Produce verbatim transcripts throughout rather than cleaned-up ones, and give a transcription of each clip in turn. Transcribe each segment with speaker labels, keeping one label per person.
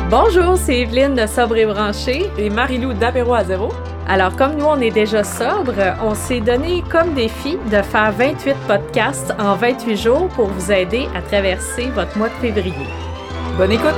Speaker 1: Bonjour, c'est Evelyne de Sobre et Branché.
Speaker 2: Et Marie-Lou d'Apéro à zéro.
Speaker 1: Alors, comme nous, on est déjà sobre, on s'est donné comme défi de faire vingt-huit podcasts en vingt-huit jours pour vous aider à traverser votre mois de février.
Speaker 2: Bonne écoute!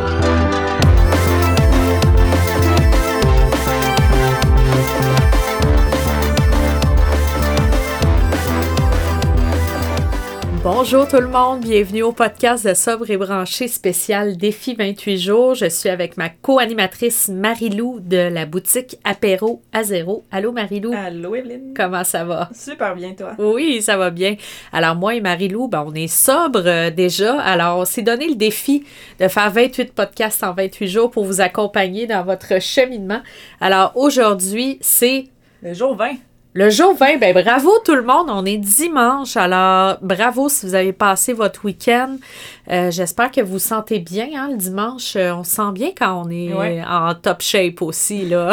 Speaker 1: Bonjour tout le monde, bienvenue au podcast de Sobre et Branché spécial Défi vingt-huit jours. Je suis avec ma co-animatrice Marie-Lou de la boutique Apéro à zéro. Allô Marie-Lou?
Speaker 2: Allô Evelyne?
Speaker 1: Comment ça va?
Speaker 2: Super bien, toi?
Speaker 1: Oui, ça va bien. Alors moi et Marie-Lou, ben, on est sobre euh, déjà. Alors on s'est donné le défi de faire vingt-huit podcasts en vingt-huit jours pour vous accompagner dans votre cheminement. Alors aujourd'hui, c'est...
Speaker 2: Le jour vingt.
Speaker 1: Le jour vingt, ben bravo tout le monde, on est dimanche, alors bravo si vous avez passé votre week-end. Euh, j'espère que vous vous sentez bien, hein, le dimanche. Euh, on se sent bien quand on est
Speaker 2: ouais.
Speaker 1: en top shape aussi, là.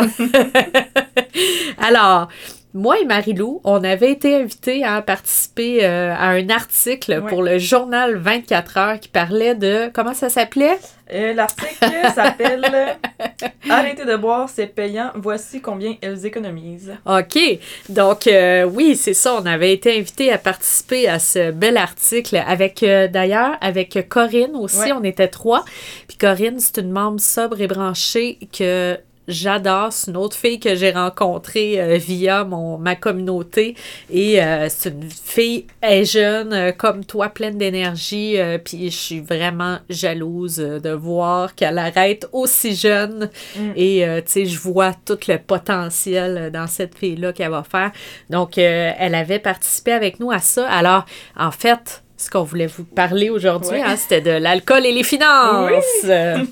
Speaker 1: Alors, moi et Marie-Lou, on avait été invités à participer euh, à un article
Speaker 2: ouais.
Speaker 1: pour le journal vingt-quatre heures qui parlait de... Comment ça s'appelait?
Speaker 2: Euh, l'article s'appelle « Arrêtez de boire, c'est payant. Voici combien elles économisent. »
Speaker 1: OK. Donc, euh, oui, c'est ça. On avait été invités à participer à ce bel article avec, euh, d'ailleurs, avec Corinne aussi.
Speaker 2: Ouais.
Speaker 1: On était trois. Puis Corinne, c'est une membre sobre et branchée que... J'adore, c'est une autre fille que j'ai rencontrée euh, via mon, ma communauté et euh, c'est une fille elle est jeune, euh, comme toi, pleine d'énergie, euh, puis je suis vraiment jalouse euh, de voir qu'elle arrête aussi jeune
Speaker 2: Mm.
Speaker 1: et euh, tu sais, je vois tout le potentiel dans cette fille-là qu'elle va faire. Donc, euh, elle avait participé avec nous à ça. Alors, en fait, ce qu'on voulait vous parler aujourd'hui,
Speaker 2: Ouais.
Speaker 1: hein, c'était de l'alcool et les finances.
Speaker 2: Oui.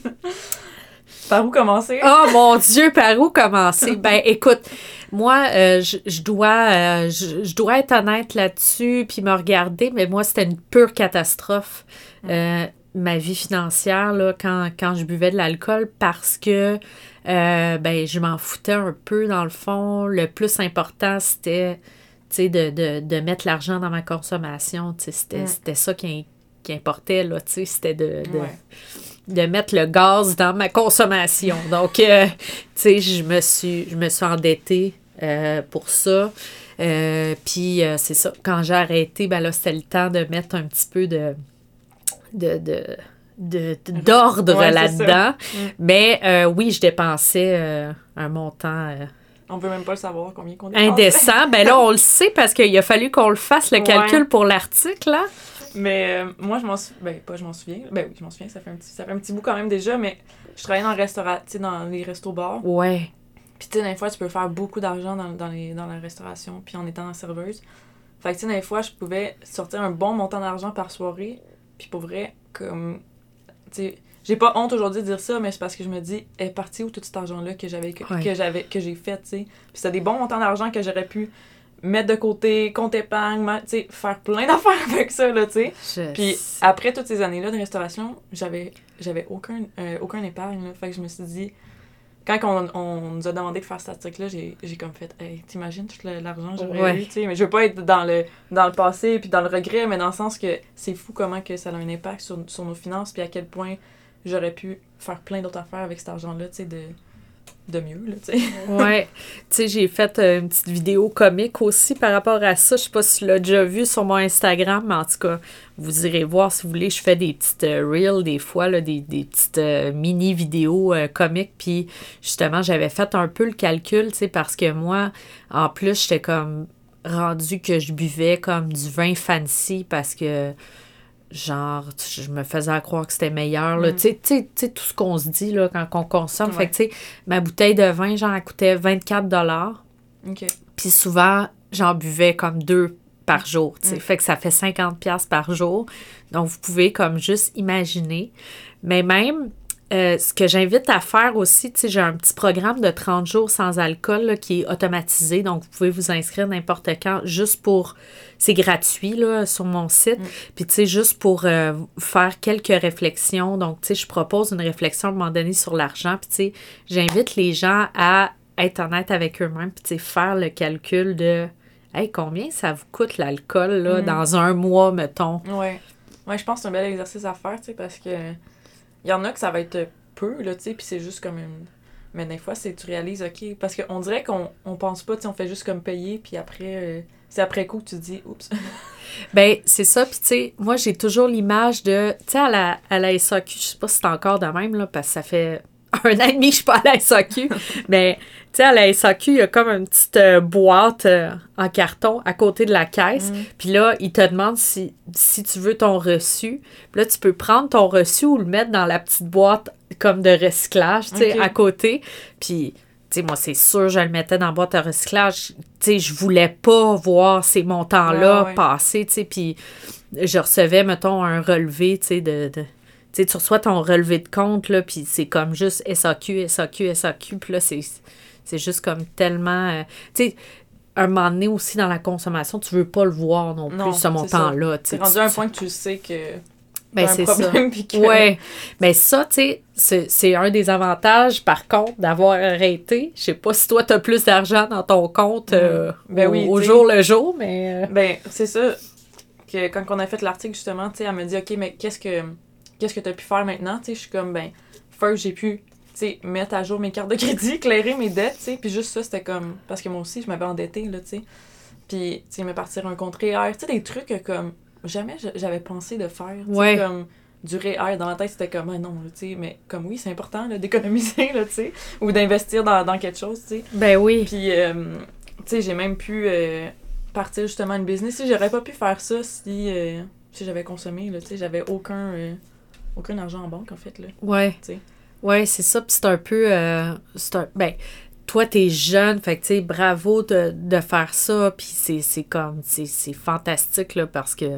Speaker 2: Par où commencer?
Speaker 1: Oh mon Dieu, par où commencer? Ben écoute, moi, euh, je, je dois euh, je, je dois être honnête là-dessus puis me regarder, mais moi, c'était une pure catastrophe, euh, ma vie financière, là, quand, quand je buvais de l'alcool, parce que euh, ben je m'en foutais un peu, dans le fond. Le plus important, c'était, tu sais, de, de, de mettre l'argent dans ma consommation. Tu sais, c'était,
Speaker 2: Mm.
Speaker 1: c'était ça qui, qui importait, là, tu sais, c'était de... de
Speaker 2: Ouais.
Speaker 1: de mettre le gaz dans ma consommation. Donc, euh, tu sais, je me suis, je me suis endettée euh, pour ça. Euh, Puis, euh, c'est ça. Quand j'ai arrêté, ben là, c'était le temps de mettre un petit peu de... de, de De, de, d'ordre
Speaker 2: Ouais,
Speaker 1: là-dedans.
Speaker 2: Mm.
Speaker 1: Mais euh, oui, je dépensais euh, un montant euh,
Speaker 2: On veut même pas le savoir combien qu'on dépense.
Speaker 1: indécent. Ben là, on le sait parce qu'il a fallu qu'on le fasse, le
Speaker 2: Ouais.
Speaker 1: calcul pour l'article, là.
Speaker 2: Mais euh, moi, je m'en souviens. Ben, pas je m'en souviens. Ben oui, je m'en souviens, ça fait un petit, ça fait un petit bout quand même déjà, mais je travaillais dans le restaurant, tu sais, dans les restos-bars.
Speaker 1: Ouais.
Speaker 2: Puis, tu sais, des fois, tu peux faire beaucoup d'argent dans, dans, les, dans la restauration, puis en étant serveuse. Fait que, tu sais, des fois, je pouvais sortir un bon montant d'argent par soirée. Puis, pour vrai, comme. Tu sais, j'ai pas honte aujourd'hui de dire ça, mais c'est parce que je me dis, est parti où tout cet argent-là que j'avais, que,
Speaker 1: Ouais.
Speaker 2: que j'avais, que j'ai fait, tu sais. Puis, c'était des bons montants d'argent que j'aurais pu mettre de côté, compte épargne, tu sais, faire plein d'affaires avec ça, là, tu sais.
Speaker 1: Je
Speaker 2: Puis
Speaker 1: sais.
Speaker 2: après toutes ces années-là de restauration, j'avais j'avais aucun, euh, aucun épargne, là. Fait que je me suis dit, quand on, on nous a demandé de faire cet article-là, j'ai, j'ai comme fait, hey, t'imagines tout le- l'argent que j'aurais
Speaker 1: Ouais.
Speaker 2: eu, tu sais. Mais je veux pas être dans le, dans le passé puis dans le regret, mais dans le sens que c'est fou comment que ça a un impact sur, sur nos finances puis à quel point j'aurais pu faire plein d'autres affaires avec cet argent-là, tu sais, de, de mieux, là, tu sais.
Speaker 1: Ouais, tu sais, j'ai fait euh, une petite vidéo comique aussi par rapport à ça. Je sais pas si tu l'as déjà vu sur mon Instagram, mais en tout cas, vous irez voir si vous voulez. Je fais des petites euh, reels des fois, là, des, des petites euh, mini-vidéos euh, comiques. Puis justement, j'avais fait un peu le calcul, tu sais, parce que moi, en plus, j'étais comme rendu que je buvais comme du vin fancy parce que genre, je me faisais croire que c'était meilleur, là.
Speaker 2: Mm.
Speaker 1: Tu sais, tu sais, tu sais, tout ce qu'on se dit, là, quand on consomme.
Speaker 2: Ouais.
Speaker 1: Fait que, tu sais, ma bouteille de vin, genre, elle coûtait vingt-quatre dollars.
Speaker 2: OK.
Speaker 1: Puis souvent, j'en buvais comme deux par jour, tu sais.
Speaker 2: Mm.
Speaker 1: Fait que ça fait cinquante dollars par jour. Donc, vous pouvez comme juste imaginer. Mais même, euh, ce que j'invite à faire aussi, tu sais, j'ai un petit programme de trente jours sans alcool là, qui est automatisé. Donc, vous pouvez vous inscrire n'importe quand juste pour... C'est gratuit, là, sur mon site.
Speaker 2: Mm.
Speaker 1: Puis, tu sais, juste pour euh, faire quelques réflexions. Donc, tu sais, je propose une réflexion à un moment donné sur l'argent. Puis, tu sais, j'invite les gens à être honnêtes avec eux-mêmes. Puis, tu sais, faire le calcul de... Hey, combien ça vous coûte l'alcool, là,
Speaker 2: Mm.
Speaker 1: dans un mois, mettons?
Speaker 2: Ouais. Ouais, je pense que c'est un bel exercice à faire, tu sais, parce que il y en a que ça va être peu, là, tu sais, puis c'est juste comme une... Mais des fois, c'est tu réalises, OK, parce qu'on dirait qu'on on pense pas, tu sais, on fait juste comme payer, puis après, euh, c'est après coup que tu te dis, oups.
Speaker 1: Ben, c'est ça, puis tu sais, moi, j'ai toujours l'image de, tu sais, à la, à la S A Q, je sais pas si c'est encore de même, là, parce que ça fait un an et demi que je suis pas à la S A Q, mais, tu sais, à la S A Q, il y a comme une petite euh, boîte euh, en carton à côté de la caisse,
Speaker 2: Mm.
Speaker 1: puis là, ils te demandent si, si tu veux ton reçu, puis là, tu peux prendre ton reçu ou le mettre dans la petite boîte comme de recyclage, tu sais,
Speaker 2: Ok.
Speaker 1: à côté, puis... Tu sais, moi, c'est sûr, je le mettais dans la boîte à recyclage. Tu sais, je voulais pas voir ces montants-là
Speaker 2: Ouais, ouais.
Speaker 1: passer, tu sais, puis je recevais, mettons, un relevé, tu sais, de... de tu sais, tu reçois ton relevé de compte, là, puis c'est comme juste S A Q, S A Q, S A Q, puis là, c'est, c'est juste comme tellement... euh, tu sais, un moment donné aussi dans la consommation, tu veux pas le voir non plus,
Speaker 2: Non,
Speaker 1: ce
Speaker 2: c'est
Speaker 1: montant-là, tu sais.
Speaker 2: C'est rendu à un point que tu sais que
Speaker 1: Ben,
Speaker 2: t'as un
Speaker 1: c'est
Speaker 2: problème, puis que...
Speaker 1: Ouais. Mais ça, tu sais, c'est, c'est un des avantages, par contre, d'avoir arrêté. Je sais pas si toi, t'as plus d'argent dans ton compte euh,
Speaker 2: Ben
Speaker 1: au,
Speaker 2: oui,
Speaker 1: au
Speaker 2: tu sais.
Speaker 1: jour le jour, mais... euh,
Speaker 2: Ben, c'est ça, que quand on a fait l'article, justement, tu sais, elle me dit, OK, mais qu'est-ce que qu'est-ce que t'as pu faire maintenant? Tu sais, je suis comme, ben, first, j'ai pu, tu sais, mettre à jour mes cartes de crédit, éclairer mes dettes, tu sais, puis juste ça, c'était comme... Parce que moi aussi, je m'avais endettée, là, tu sais. Puis, tu sais, me partir un compte R E E R, tu sais, des trucs que, comme, jamais j'avais pensé de faire, tu sais,
Speaker 1: Ouais.
Speaker 2: comme... Du R E E R, dans ma tête, c'était comme, ah non, tu sais, mais comme oui, c'est important, là, d'économiser, là, tu sais, ou d'investir dans, dans quelque chose, tu sais.
Speaker 1: Ben oui.
Speaker 2: Puis, euh, tu sais, j'ai même pu euh, partir justement une business. Tu sais, j'aurais pas pu faire ça si, euh, si j'avais consommé, là, tu sais, j'avais aucun, euh, aucun argent en banque, en fait, là,
Speaker 1: Ouais.
Speaker 2: tu sais.
Speaker 1: Ouais, c'est ça, puis c'est un peu... euh, c'est un... Ben, toi, t'es jeune, fait que, tu sais, bravo de, de faire ça, puis c'est, c'est comme... C'est, c'est fantastique, là, parce que...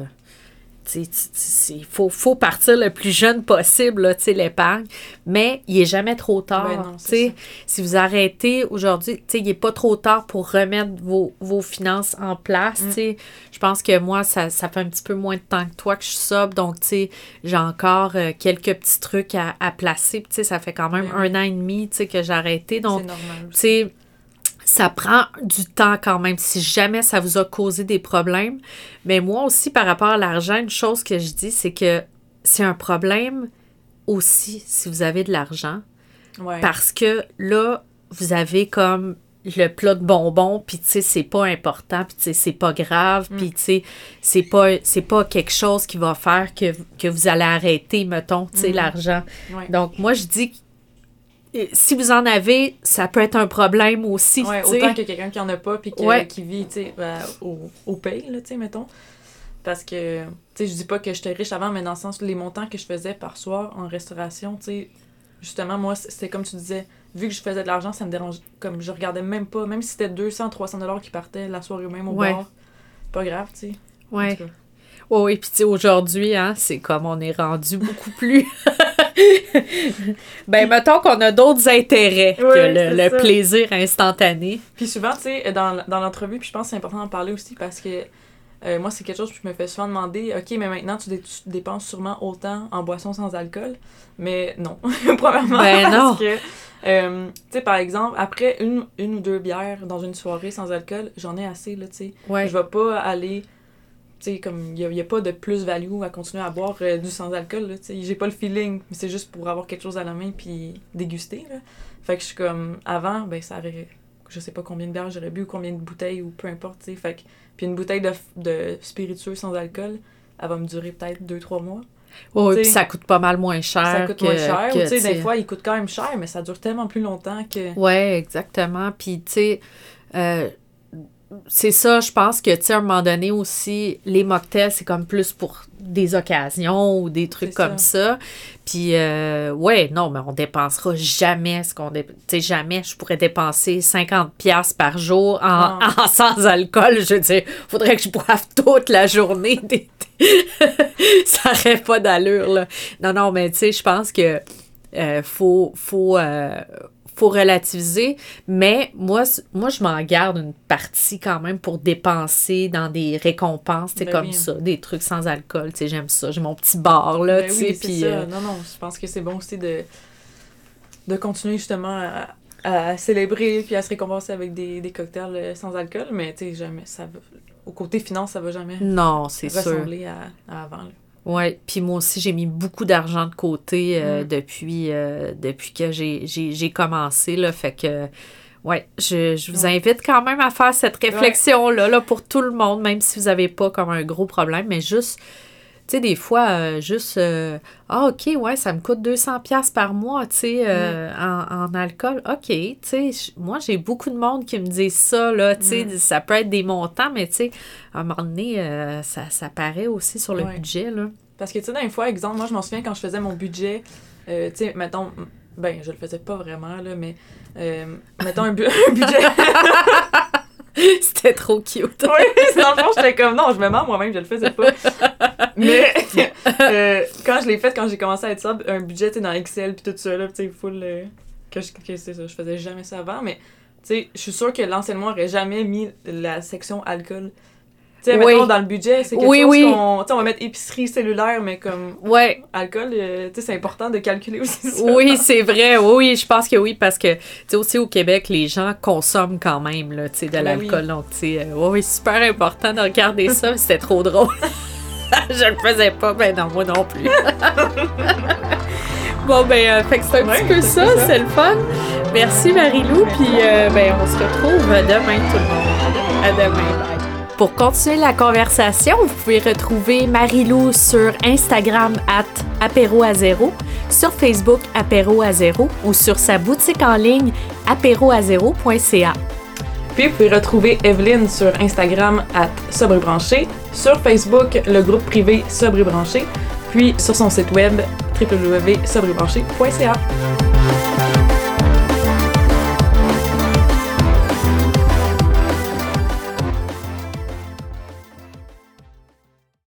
Speaker 1: Il faut, faut partir le plus jeune possible, là, l'épargne, mais il n'est jamais trop tard.
Speaker 2: Ben non, c'est ça.
Speaker 1: Si vous arrêtez aujourd'hui, il n'est pas trop tard pour remettre vos, vos finances en place. Mm. Je pense que moi, ça, ça fait un petit peu moins de temps que toi que je suis sobre, donc j'ai encore euh, quelques petits trucs à, à placer. Puis, ça fait quand même
Speaker 2: ben
Speaker 1: un an et demi que j'ai arrêté. Donc,
Speaker 2: c'est normal aussi.
Speaker 1: Ça prend du temps quand même, si jamais ça vous a causé des problèmes. Mais moi aussi, par rapport à l'argent, une chose que je dis, c'est que c'est un problème aussi si vous avez de l'argent.
Speaker 2: Ouais.
Speaker 1: Parce que là, vous avez comme le plat de bonbons, puis tu sais, c'est pas important, puis tu sais, c'est pas grave,
Speaker 2: Mm.
Speaker 1: puis tu sais, c'est pas, c'est pas quelque chose qui va faire que, que vous allez arrêter, mettons, tu sais,
Speaker 2: Mm.
Speaker 1: l'argent.
Speaker 2: Ouais.
Speaker 1: Donc, moi, je dis que si vous en avez, ça peut être un problème aussi.
Speaker 2: Ouais,
Speaker 1: t'sais.
Speaker 2: autant que quelqu'un qui en a pas puis que,
Speaker 1: ouais.
Speaker 2: qui vit, tu sais, ben, au, au pays, là, tu sais, mettons. Parce que, tu sais, je dis pas que j'étais riche avant, mais dans le sens, les montants que je faisais par soir en restauration, tu sais, justement, moi, c'était comme tu disais, vu que je faisais de l'argent, ça me dérange, comme je regardais même pas, même si c'était deux cents, trois cents dollars qui partaient la soirée même au
Speaker 1: ouais.
Speaker 2: bar, pas grave, tu sais.
Speaker 1: Ouais. Oui, oui, puis tu sais, aujourd'hui, hein, c'est comme on est rendu beaucoup plus... ben, mettons qu'on a d'autres intérêts
Speaker 2: ouais,
Speaker 1: que le, le plaisir instantané.
Speaker 2: Puis souvent, tu sais, dans, dans l'entrevue, puis je pense que c'est important d'en parler aussi parce que euh, moi, c'est quelque chose que je me fais souvent demander, OK, mais maintenant, tu, dé- tu dépenses sûrement autant en boissons sans alcool. Mais non, premièrement,
Speaker 1: ben
Speaker 2: parce
Speaker 1: non.
Speaker 2: que, euh, tu sais, par exemple, après une, une ou deux bières dans une soirée sans alcool, j'en ai assez, là, tu sais.
Speaker 1: Ouais.
Speaker 2: Je vais pas aller... Tu sais, comme, il n'y a, a pas de plus-value à continuer à boire euh, du sans-alcool, là, tu sais. J'ai pas le feeling, mais c'est juste pour avoir quelque chose à la main puis déguster, là. Fait que je suis comme, avant, ben, ça aurait, je sais pas combien de bières j'aurais bu ou combien de bouteilles ou peu importe, tu sais. Fait que, puis une bouteille de, de spiritueux sans-alcool, elle va me durer peut-être deux trois mois.
Speaker 1: Oui, puis ça coûte pas mal moins cher.
Speaker 2: Ça coûte
Speaker 1: que,
Speaker 2: moins cher.
Speaker 1: que,
Speaker 2: ou tu sais, des fois, il coûte quand même cher, mais ça dure tellement plus longtemps que...
Speaker 1: Ouais, exactement. Puis, tu sais... Euh, c'est ça, je pense que, tu sais, à un moment donné aussi, les mocktails, c'est comme plus pour des occasions ou des trucs
Speaker 2: c'est
Speaker 1: comme ça. ça. Puis, euh, ouais, non, mais on dépensera jamais ce qu'on dépense. Tu sais, jamais je pourrais dépenser cinquante dollars par jour en, en sans alcool. Je veux dire, faudrait que je boive toute la journée. Ça n'aurait pas d'allure, là. Non, non, mais tu sais, je pense que euh, faut... faut euh, faut relativiser, mais moi, moi je m'en garde une partie quand même pour dépenser dans des récompenses, c'est ben comme oui. ça, des trucs sans alcool, tu sais, j'aime ça, j'ai mon petit bar, là,
Speaker 2: ben
Speaker 1: tu sais,
Speaker 2: oui, c'est
Speaker 1: puis...
Speaker 2: ça.
Speaker 1: Euh...
Speaker 2: Non, non, je pense que c'est bon aussi de, de continuer justement à, à célébrer puis à se récompenser avec des, des cocktails sans alcool, mais tu sais, jamais, ça va... Au côté finance, ça va jamais
Speaker 1: non, c'est
Speaker 2: ressembler sûr. À, à avant, là.
Speaker 1: Oui, puis moi aussi, j'ai mis beaucoup d'argent de côté euh,
Speaker 2: Mm.
Speaker 1: depuis, euh, depuis que j'ai, j'ai, j'ai commencé, là, fait que, ouais, je, je vous
Speaker 2: Ouais.
Speaker 1: invite quand même à faire cette réflexion-là, là, pour tout le monde, même si vous n'avez pas comme un gros problème, mais juste, tu sais, des fois, euh, juste, euh, ah, OK, ouais, ça me coûte deux cents dollars par mois, tu sais, euh, en, en alcool. OK, tu sais, j- moi, j'ai beaucoup de monde qui me disent ça, là, tu sais,
Speaker 2: Mm.
Speaker 1: ça peut être des montants, mais tu sais, à un moment donné, euh, ça, ça paraît aussi sur le
Speaker 2: Ouais.
Speaker 1: budget, là.
Speaker 2: Parce que, tu sais, dans les fois, exemple, moi, je m'en souviens quand je faisais mon budget, euh, tu sais, mettons, ben, je le faisais pas vraiment, là, mais, euh, mettons un, bu- un budget.
Speaker 1: C'était trop cute.
Speaker 2: Oui, dans le fond, j'étais comme, non, je me mens moi-même, je le faisais pas. Mais, euh, quand je l'ai fait, quand j'ai commencé à être sobre, un budget, tu sais, dans Excel, puis tout ça, là, tu sais, full, euh, que, je, que c'est ça, je faisais jamais ça avant, mais, tu sais, je suis sûre que l'enseignement aurait jamais mis la section alcool. Tu sais,
Speaker 1: Oui.
Speaker 2: mettons, dans le budget, c'est quelque
Speaker 1: Oui,
Speaker 2: chose
Speaker 1: oui.
Speaker 2: qu'on... Tu sais, on va mettre épicerie cellulaire, mais comme
Speaker 1: Ouais,
Speaker 2: alcool, euh, tu sais, c'est important de calculer aussi ça.
Speaker 1: oui, c'est vrai. Oui, oui, je pense que oui, parce que, tu sais, aussi au Québec, les gens consomment quand même, là, tu sais, de
Speaker 2: Ben
Speaker 1: l'alcool.
Speaker 2: oui.
Speaker 1: Donc, tu sais, euh, oui, oui, super important de regarder ça. mais C'était trop drôle. Je le faisais pas, ben non, moi non plus. Bon, ben, euh, fait que c'est un
Speaker 2: Ouais,
Speaker 1: petit peu
Speaker 2: c'est
Speaker 1: ça,
Speaker 2: un peu ça.
Speaker 1: c'est le fun. Merci Marie-Lou, puis euh, ben, on se retrouve demain tout le monde. À demain, bye. Pour continuer la conversation, vous pouvez retrouver Marie-Lou sur Instagram at apéro à zéro, sur Facebook apéro à zéro ou sur sa boutique en ligne apéro à zéro point c a.
Speaker 2: Puis, vous pouvez retrouver Evelyne sur Instagram at Sobre et Branché, sur Facebook, le groupe privé Sobre et Branché, puis sur son site web w w w point sobre et branché point c a.